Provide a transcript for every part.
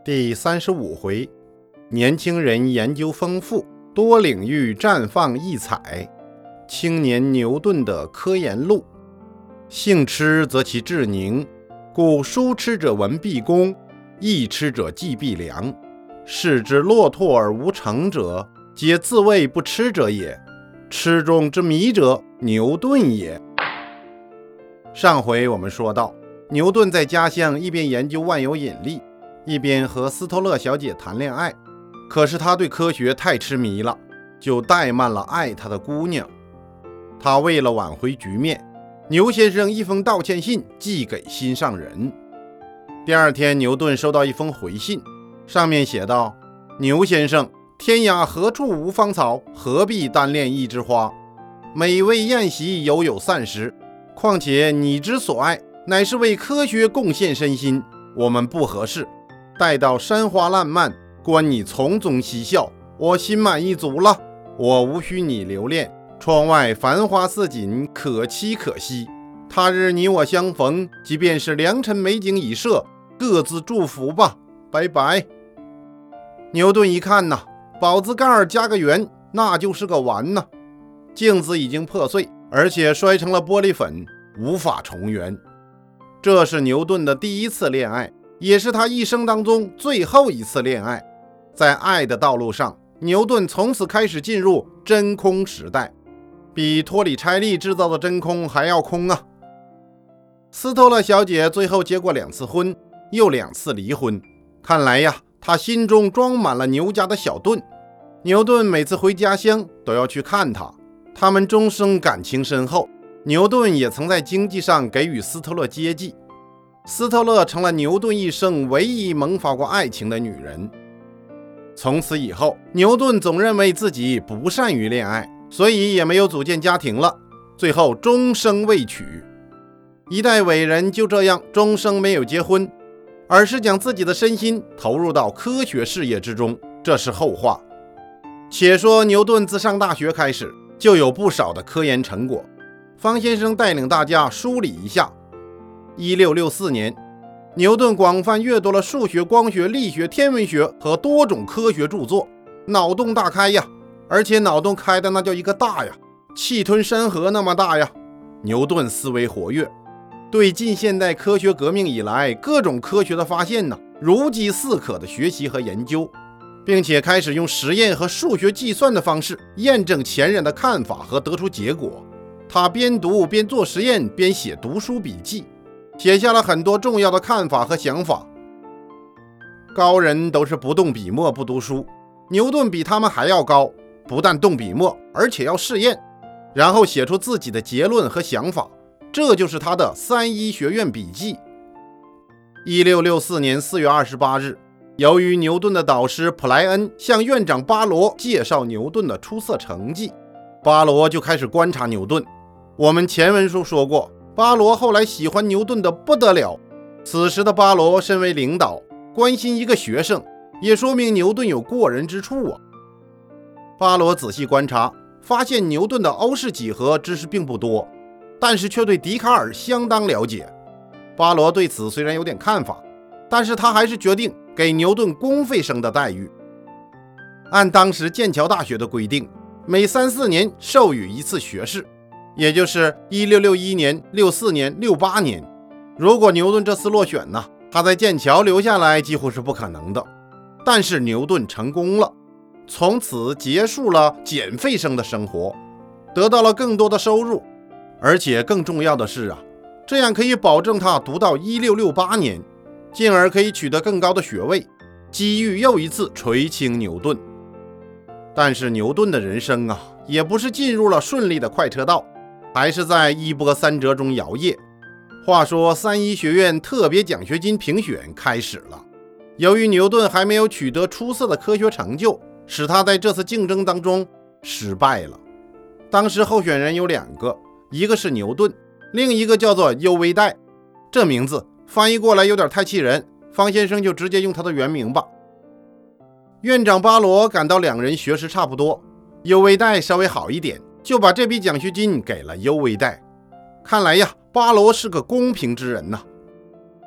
第35回，年轻人研究丰富，多领域绽放异彩。青年牛顿的科研录，性吃则其志宁，故书吃者闻必恭，义吃者既必良。视之骆驼而无成者，皆自谓不吃者也。吃中之迷者，牛顿也。上回我们说到，牛顿在家乡一边研究万有引力，一边和斯托勒小姐谈恋爱。可是他对科学太痴迷了，就怠慢了爱他的姑娘。他为了挽回局面，牛先生一封道歉信寄给心上人。第二天，牛顿收到一封回信，上面写道：牛先生，天涯何处无芳草，何必单恋一枝花？美味宴席犹有散时，况且你之所爱，乃是为科学贡献身心，我们不合适。待到山花烂漫，观你从中嬉笑，我心满意足了，我无需你留恋。窗外繁花似锦，可期可惜。他日你我相逢，即便是良辰美景已设，各自祝福吧，拜拜。牛顿一看呐，宝字盖加个圆，那就是个完呐。镜子已经破碎，而且摔成了玻璃粉，无法重圆。这是牛顿的第一次恋爱，也是他一生当中最后一次恋爱。在爱的道路上，牛顿从此开始进入真空时代，比托里拆利制造的真空还要空啊。斯托勒小姐最后结过2次婚，又2次离婚。看来呀，她心中装满了牛家的小顿。牛顿每次回家乡都要去看她，他们终生感情深厚。牛顿也曾在经济上给予斯托勒接济，斯托勒成了牛顿一生唯一萌发过爱情的女人。从此以后，牛顿总认为自己不善于恋爱，所以也没有组建家庭了，最后终生未娶。一代伟人就这样终生没有结婚，而是将自己的身心投入到科学事业之中，这是后话。且说牛顿自上大学开始就有不少的科研成果，方先生带领大家梳理一下。1664年，牛顿广泛阅读了数学、光学、力学、天文学和多种科学著作，脑洞大开呀，而且脑洞开的那叫一个大呀，气吞山河那么大呀。牛顿思维活跃，对近现代科学革命以来各种科学的发现呢，如饥似渴的学习和研究，并且开始用实验和数学计算的方式验证前人的看法和得出结果。他边读边做实验，边写读书笔记，写下了很多重要的看法和想法。高人都是不动笔墨不读书，牛顿比他们还要高，不但动笔墨，而且要试验，然后写出自己的结论和想法，这就是他的3一学院笔记。1664年4月28日，由于牛顿的导师普莱恩向院长巴罗介绍牛顿的出色成绩，巴罗就开始观察牛顿。我们前文书说过，巴罗后来喜欢牛顿的不得了。此时的巴罗身为领导，关心一个学生，也说明牛顿有过人之处啊。巴罗仔细观察，发现牛顿的欧式几何知识并不多，但是却对笛卡尔相当了解。巴罗对此虽然有点看法，但是他还是决定给牛顿公费生的待遇。按当时剑桥大学的规定，每3-4年授予一次学士，也就是1661年、64年、68年。如果牛顿这次落选呢，他在剑桥留下来几乎是不可能的。但是牛顿成功了，从此结束了减费生的生活，得到了更多的收入，而且更重要的是啊，这样可以保证他读到1668年，进而可以取得更高的学位，机遇又一次垂青牛顿。但是牛顿的人生啊，也不是进入了顺利的快车道，还是在一波三折中摇曳。话说3一学院特别奖学金评选开始了，由于牛顿还没有取得出色的科学成就，使他在这次竞争当中失败了。当时候选人有2个，一个是牛顿，另一个叫做优维代。这名字翻译过来有点太气人，方先生就直接用他的原名吧。院长巴罗感到2人学识差不多，优维代稍微好一点，就把这笔奖学金给了优维代。看来呀，巴罗是个公平之人呐。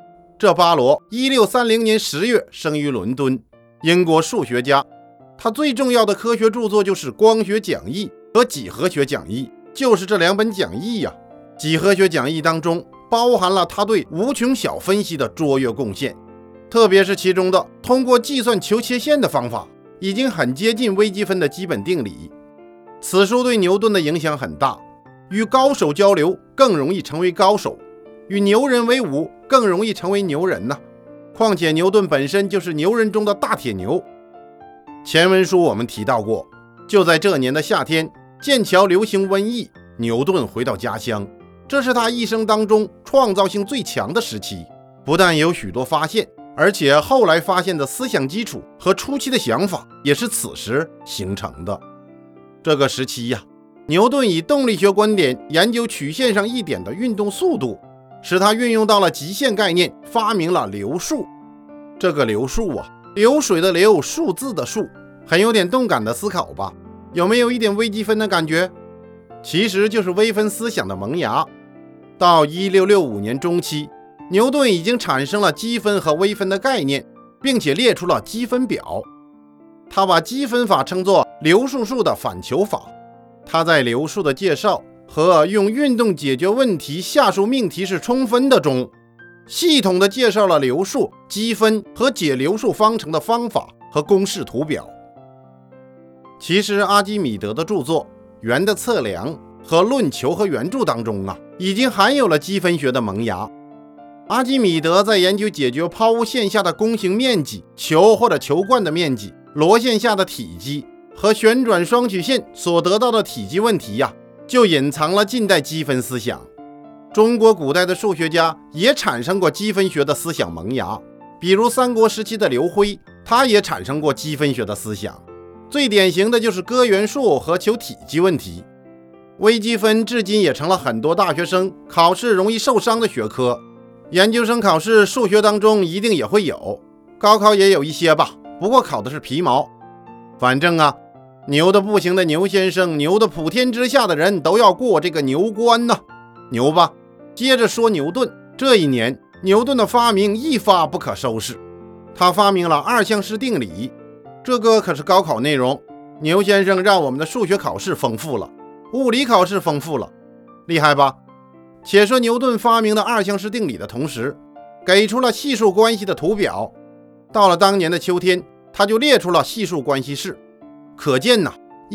这巴罗1630年10月生于伦敦，英国数学家。他最重要的科学著作就是《光学讲义》和《几何学讲义》，就是这2本讲义呀。几何学讲义当中包含了他对无穷小分析的卓越贡献，特别是其中的通过计算求切线的方法，已经很接近微积分的基本定理。此书对牛顿的影响很大，与高手交流更容易成为高手，与牛人为伍更容易成为牛人呐。况且牛顿本身就是牛人中的大铁牛。前文书我们提到过，就在这年的夏天，剑桥流行瘟疫，牛顿回到家乡，这是他一生当中创造性最强的时期。不但有许多发现，而且后来发现的思想基础和初期的想法也是此时形成的。这个时期呀，牛顿以动力学观点研究曲线上一点的运动速度，使他运用到了极限概念，发明了流数。这个流数啊，流水的流，数字的数，很有点动感的思考吧？有没有一点微积分的感觉？其实就是微分思想的萌芽。到1665年中期，牛顿已经产生了积分和微分的概念，并且列出了积分表。他把积分法称作流数数的反求法。他在流数的介绍和用运动解决问题下述命题是充分的中，系统地介绍了流数、积分和解流数方程的方法和公式图表。其实阿基米德的著作《圆的测量》和《论球和圆柱》当中已经含有了积分学的萌芽。阿基米德在研究解决抛物线下的弓形面积、球或者球冠的面积、螺线下的体积和旋转双曲线所得到的体积问题就隐藏了近代积分思想。中国古代的数学家也产生过积分学的思想萌芽，比如三国时期的刘辉，他也产生过积分学的思想。最典型的就是割圆数和求体积问题。微积分至今也成了很多大学生考试容易受伤的学科，研究生考试数学当中一定也会有，高考也有一些吧，不过考的是皮毛。反正牛的不行的牛先生，牛的普天之下的人都要过这个牛关牛吧。接着说牛顿，这一年牛顿的发明一发不可收拾，他发明了二项式定理，这个可是高考内容。牛先生让我们的数学考试丰富了，物理考试丰富了，厉害吧？且说牛顿发明的二项式定理的同时，给出了系数关系的图表。到了当年的秋天，他就列出了系数关系式。可见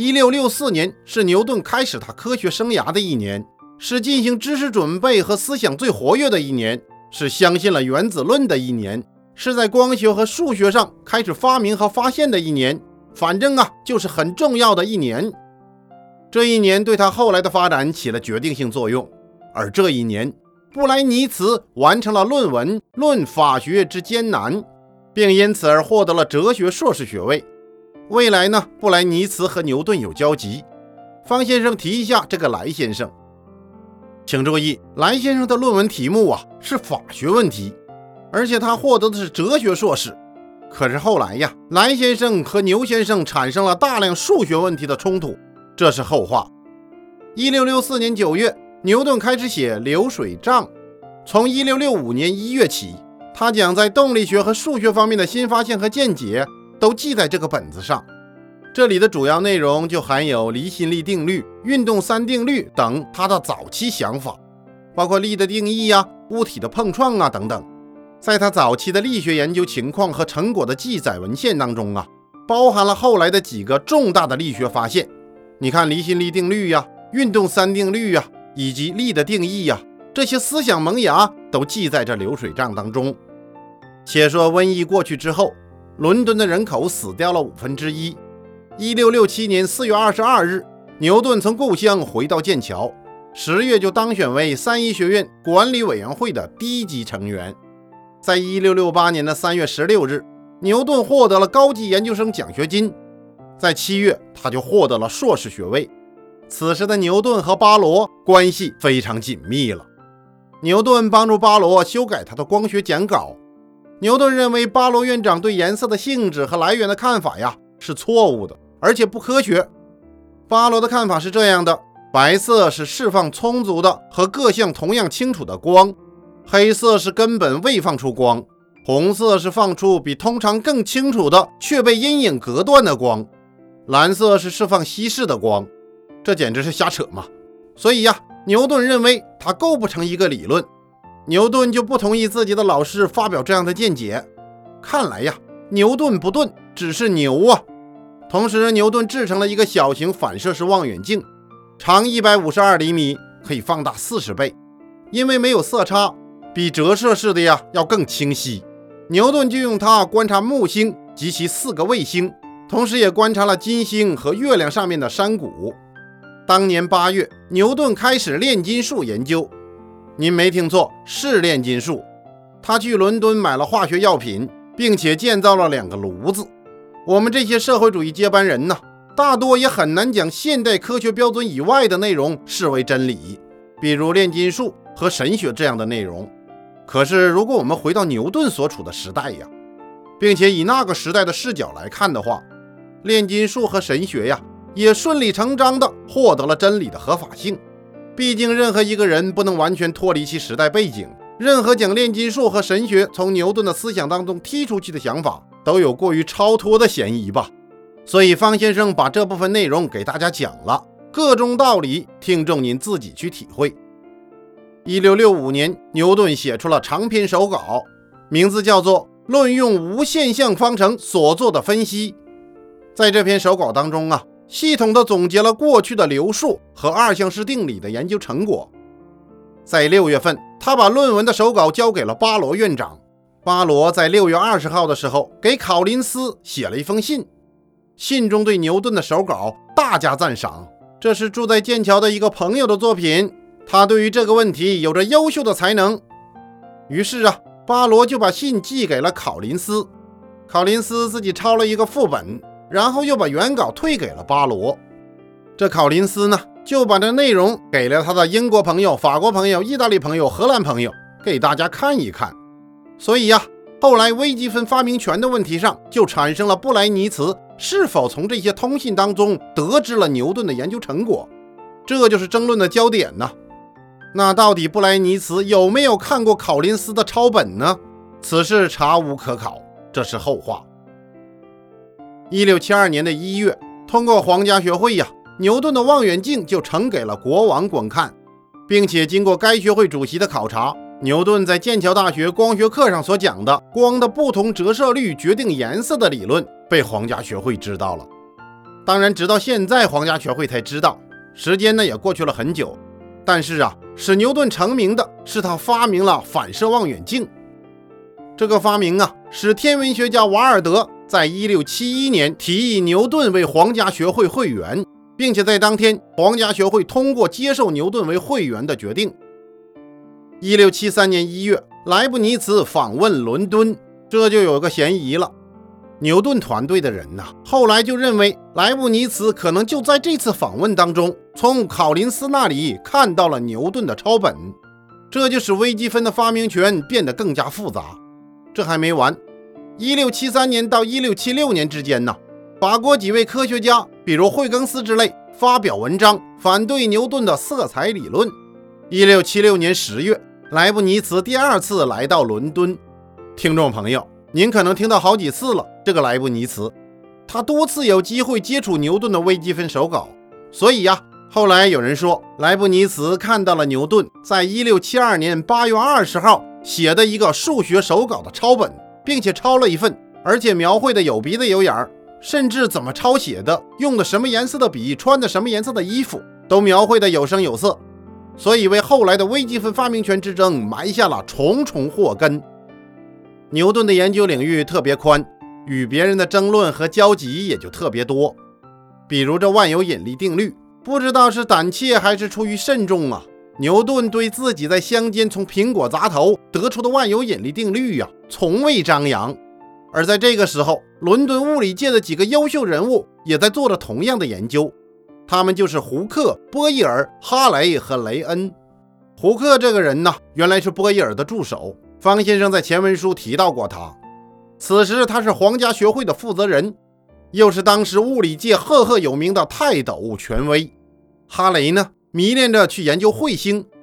1664年是牛顿开始他科学生涯的一年，是进行知识准备和思想最活跃的一年，是相信了原子论的一年，是在光学和数学上开始发明和发现的一年。反正就是很重要的一年。这一年对他后来的发展起了决定性作用。而这一年，布莱尼茨完成了论文《论法学之艰难》，并因此而获得了哲学硕士学位。未来布莱尼茨和牛顿有交集。方先生提一下这个莱先生。请注意，莱先生的论文题目是法学问题，而且他获得的是哲学硕士。可是后来莱先生和牛先生产生了大量数学问题的冲突，这是后话。1664年9月，牛顿开始写流水账。从1665年1月起，他将在动力学和数学方面的新发现和见解都记在这个本子上。这里的主要内容就含有离心力定律、运动三定律等他的早期想法，包括力的定义物体的碰撞等等。在他早期的力学研究情况和成果的记载文献当中包含了后来的几个重大的力学发现。你看离心力定律运动三定律以及力的定义这些思想萌芽都记在这流水账当中。且说瘟疫过去之后，伦敦的人口死掉了1/5。1667年4月22日，牛顿从故乡回到剑桥，10月就当选为三一学院管理委员会的第1级成员。在1668年的3月16日，牛顿获得了高级研究生奖学金。在7月，他就获得了硕士学位。此时的牛顿和巴罗关系非常紧密了。牛顿帮助巴罗修改他的光学讲稿。牛顿认为巴罗院长对颜色的性质和来源的看法是错误的，而且不科学。巴罗的看法是这样的：白色是释放充足的和各项同样清楚的光， 黑色是根本未放出光，红色是放出比通常更清楚的却被阴影隔断的光，蓝色是释放稀释的光。这简直是瞎扯嘛！所以呀，牛顿认为它构不成一个理论。牛顿就不同意自己的老师发表这样的见解。看来呀，牛顿不顿，只是牛啊！同时，牛顿制成了一个小型反射式望远镜，长152厘米，可以放大40倍，因为没有色差，比折射式的呀要更清晰。牛顿就用它观察木星及其4个卫星，同时也观察了金星和月亮上面的山谷。当年8月，牛顿开始炼金术研究。您没听错，是炼金术。他去伦敦买了化学药品，并且建造了2个炉子。我们这些社会主义接班人呢，大多也很难将现代科学标准以外的内容视为真理，比如炼金术和神学这样的内容。可是如果我们回到牛顿所处的时代呀，并且以那个时代的视角来看的话，炼金术和神学呀也顺理成章地获得了真理的合法性。毕竟任何一个人不能完全脱离其时代背景，任何将炼金术和神学从牛顿的思想当中踢出去的想法都有过于超脱的嫌疑吧。所以方先生把这部分内容给大家讲了，各种道理听众您自己去体会。1665年，牛顿写出了长篇手稿，名字叫做《论用无限象方程所做的分析》。在这篇手稿当中啊，系统地总结了过去的流数和二项式定理的研究成果。在6月份，他把论文的手稿交给了巴罗院长。巴罗在6月20号的时候给考林斯写了一封信，信中对牛顿的手稿大加赞赏，这是住在剑桥的一个朋友的作品，他对于这个问题有着优秀的才能。于是啊，巴罗就把信寄给了考林斯，考林斯自己抄了一个副本，然后又把原稿退给了巴罗。这考林斯呢，就把这内容给了他的英国朋友、法国朋友、意大利朋友、荷兰朋友，给大家看一看。所以呀，后来微积分发明权的问题上就产生了布莱尼茨是否从这些通信当中得知了牛顿的研究成果，这就是争论的焦点呢。那到底布莱尼茨有没有看过考林斯的抄本呢？此事查无可考，这是后话。1672年的1月，通过皇家学会呀，牛顿的望远镜就呈给了国王观看，并且经过该学会主席的考察，牛顿在剑桥大学光学课上所讲的光的不同折射率决定颜色的理论被皇家学会知道了。当然直到现在皇家学会才知道，时间呢也过去了很久。但是啊，使牛顿成名的是他发明了反射望远镜。这个发明啊，使天文学家瓦尔德在1671年提议牛顿为皇家学会会员，并且在当天皇家学会通过接受牛顿为会员的决定。1673年1月，莱布尼茨访问伦敦，这就有个嫌疑了。牛顿团队的人呢，后来就认为莱布尼茨可能就在这次访问当中从考林斯那里看到了牛顿的抄本，这就使微积分的发明权变得更加复杂。这还没完，1673年到1676年之间呢，法国几位科学家，比如惠更斯之类，发表文章反对牛顿的色彩理论。1676年10月，莱布尼茨第2次来到伦敦。听众朋友，您可能听到好几次了，这个莱布尼茨他多次有机会接触牛顿的微积分手稿，所以呀，后来有人说莱布尼茨看到了牛顿在1672年8月20号写的一个数学手稿的抄本，并且抄了一份，而且描绘的有鼻子有眼儿，甚至怎么抄写的，用的什么颜色的笔，穿的什么颜色的衣服，都描绘的有声有色，所以为后来的微积分发明权之争埋下了重重祸根。牛顿的研究领域特别宽，与别人的争论和交集也就特别多。比如这万有引力定律，不知道是胆怯还是出于慎重啊，牛顿对自己在乡间从苹果砸头得出的万有引力定律啊，从未张扬。而在这个时候，伦敦物理界的几个优秀人物也在做着同样的研究，他们就是胡克、波义尔、哈雷和雷恩。胡克这个人呢，原来是波义尔的助手，方先生在前文书提到过他。此时他是皇家学会的负责人，又是当时物理界赫赫有名的泰斗权威。哈雷呢，迷恋着去研究彗星。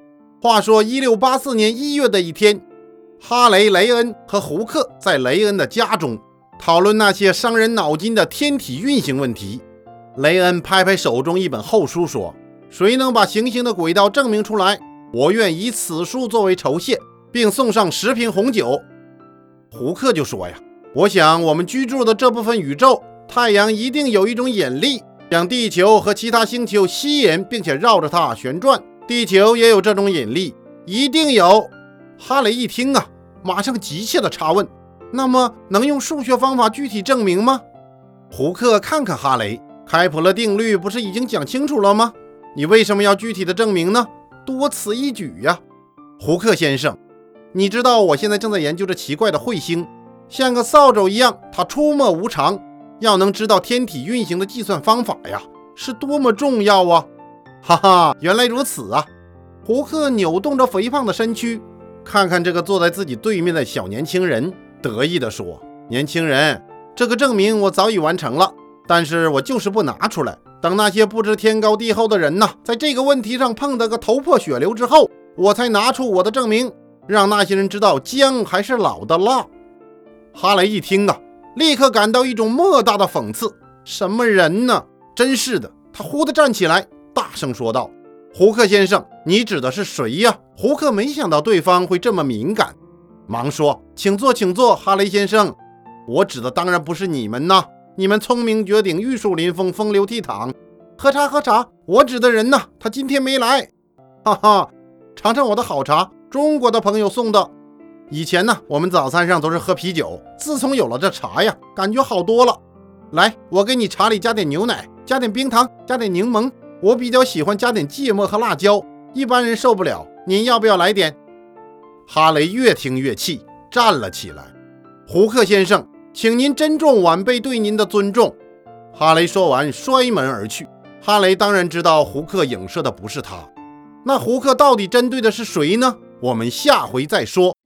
话说1684年1月的一天，哈雷·雷恩和胡克在雷恩的家中讨论那些伤人脑筋的天体运行问题。雷恩拍拍手中一本厚书说，谁能把行星的轨道证明出来，我愿以此书作为酬谢，并送上10瓶红酒。胡克就说呀，我想我们居住的这部分宇宙，太阳一定有一种引力，将地球和其他星球吸引，并且绕着它旋转。地球也有这种引力，一定有。哈雷一听啊，马上急切地查问，那么能用数学方法具体证明吗？胡克看看哈雷，开普勒定律不是已经讲清楚了吗？你为什么要具体的证明呢？多此一举呀。胡克先生，你知道我现在正在研究这奇怪的彗星，像个扫帚一样，它出没无常，要能知道天体运行的计算方法呀，是多么重要啊！哈哈，原来如此啊！胡克扭动着肥胖的身躯，看看这个坐在自己对面的小年轻人，得意地说，年轻人，这个证明我早已完成了，但是我就是不拿出来，等那些不知天高地厚的人呐，在这个问题上碰得个头破血流之后，我才拿出我的证明，让那些人知道姜还是老的辣。哈雷一听啊，立刻感到一种莫大的讽刺，什么人呢？真是的！他忽地站起来，大声说道，胡克先生，你指的是谁呀？胡克没想到对方会这么敏感，忙说，请坐请坐，哈雷先生，我指的当然不是你们呐，你们聪明绝顶，玉树临风，风流倜傥，喝茶喝茶，我指的人呐，他今天没来，哈哈，尝尝我的好茶，中国的朋友送的。以前呢，我们早餐上都是喝啤酒，自从有了这茶呀，感觉好多了。来，我给你茶里加点牛奶，加点冰糖，加点柠檬，我比较喜欢加点芥末和辣椒，一般人受不了，您要不要来点？哈雷越听越气，站了起来。胡克先生，请您珍重晚辈对您的尊重。哈雷说完，摔门而去。哈雷当然知道胡克影射的不是他，那胡克到底针对的是谁呢？我们下回再说。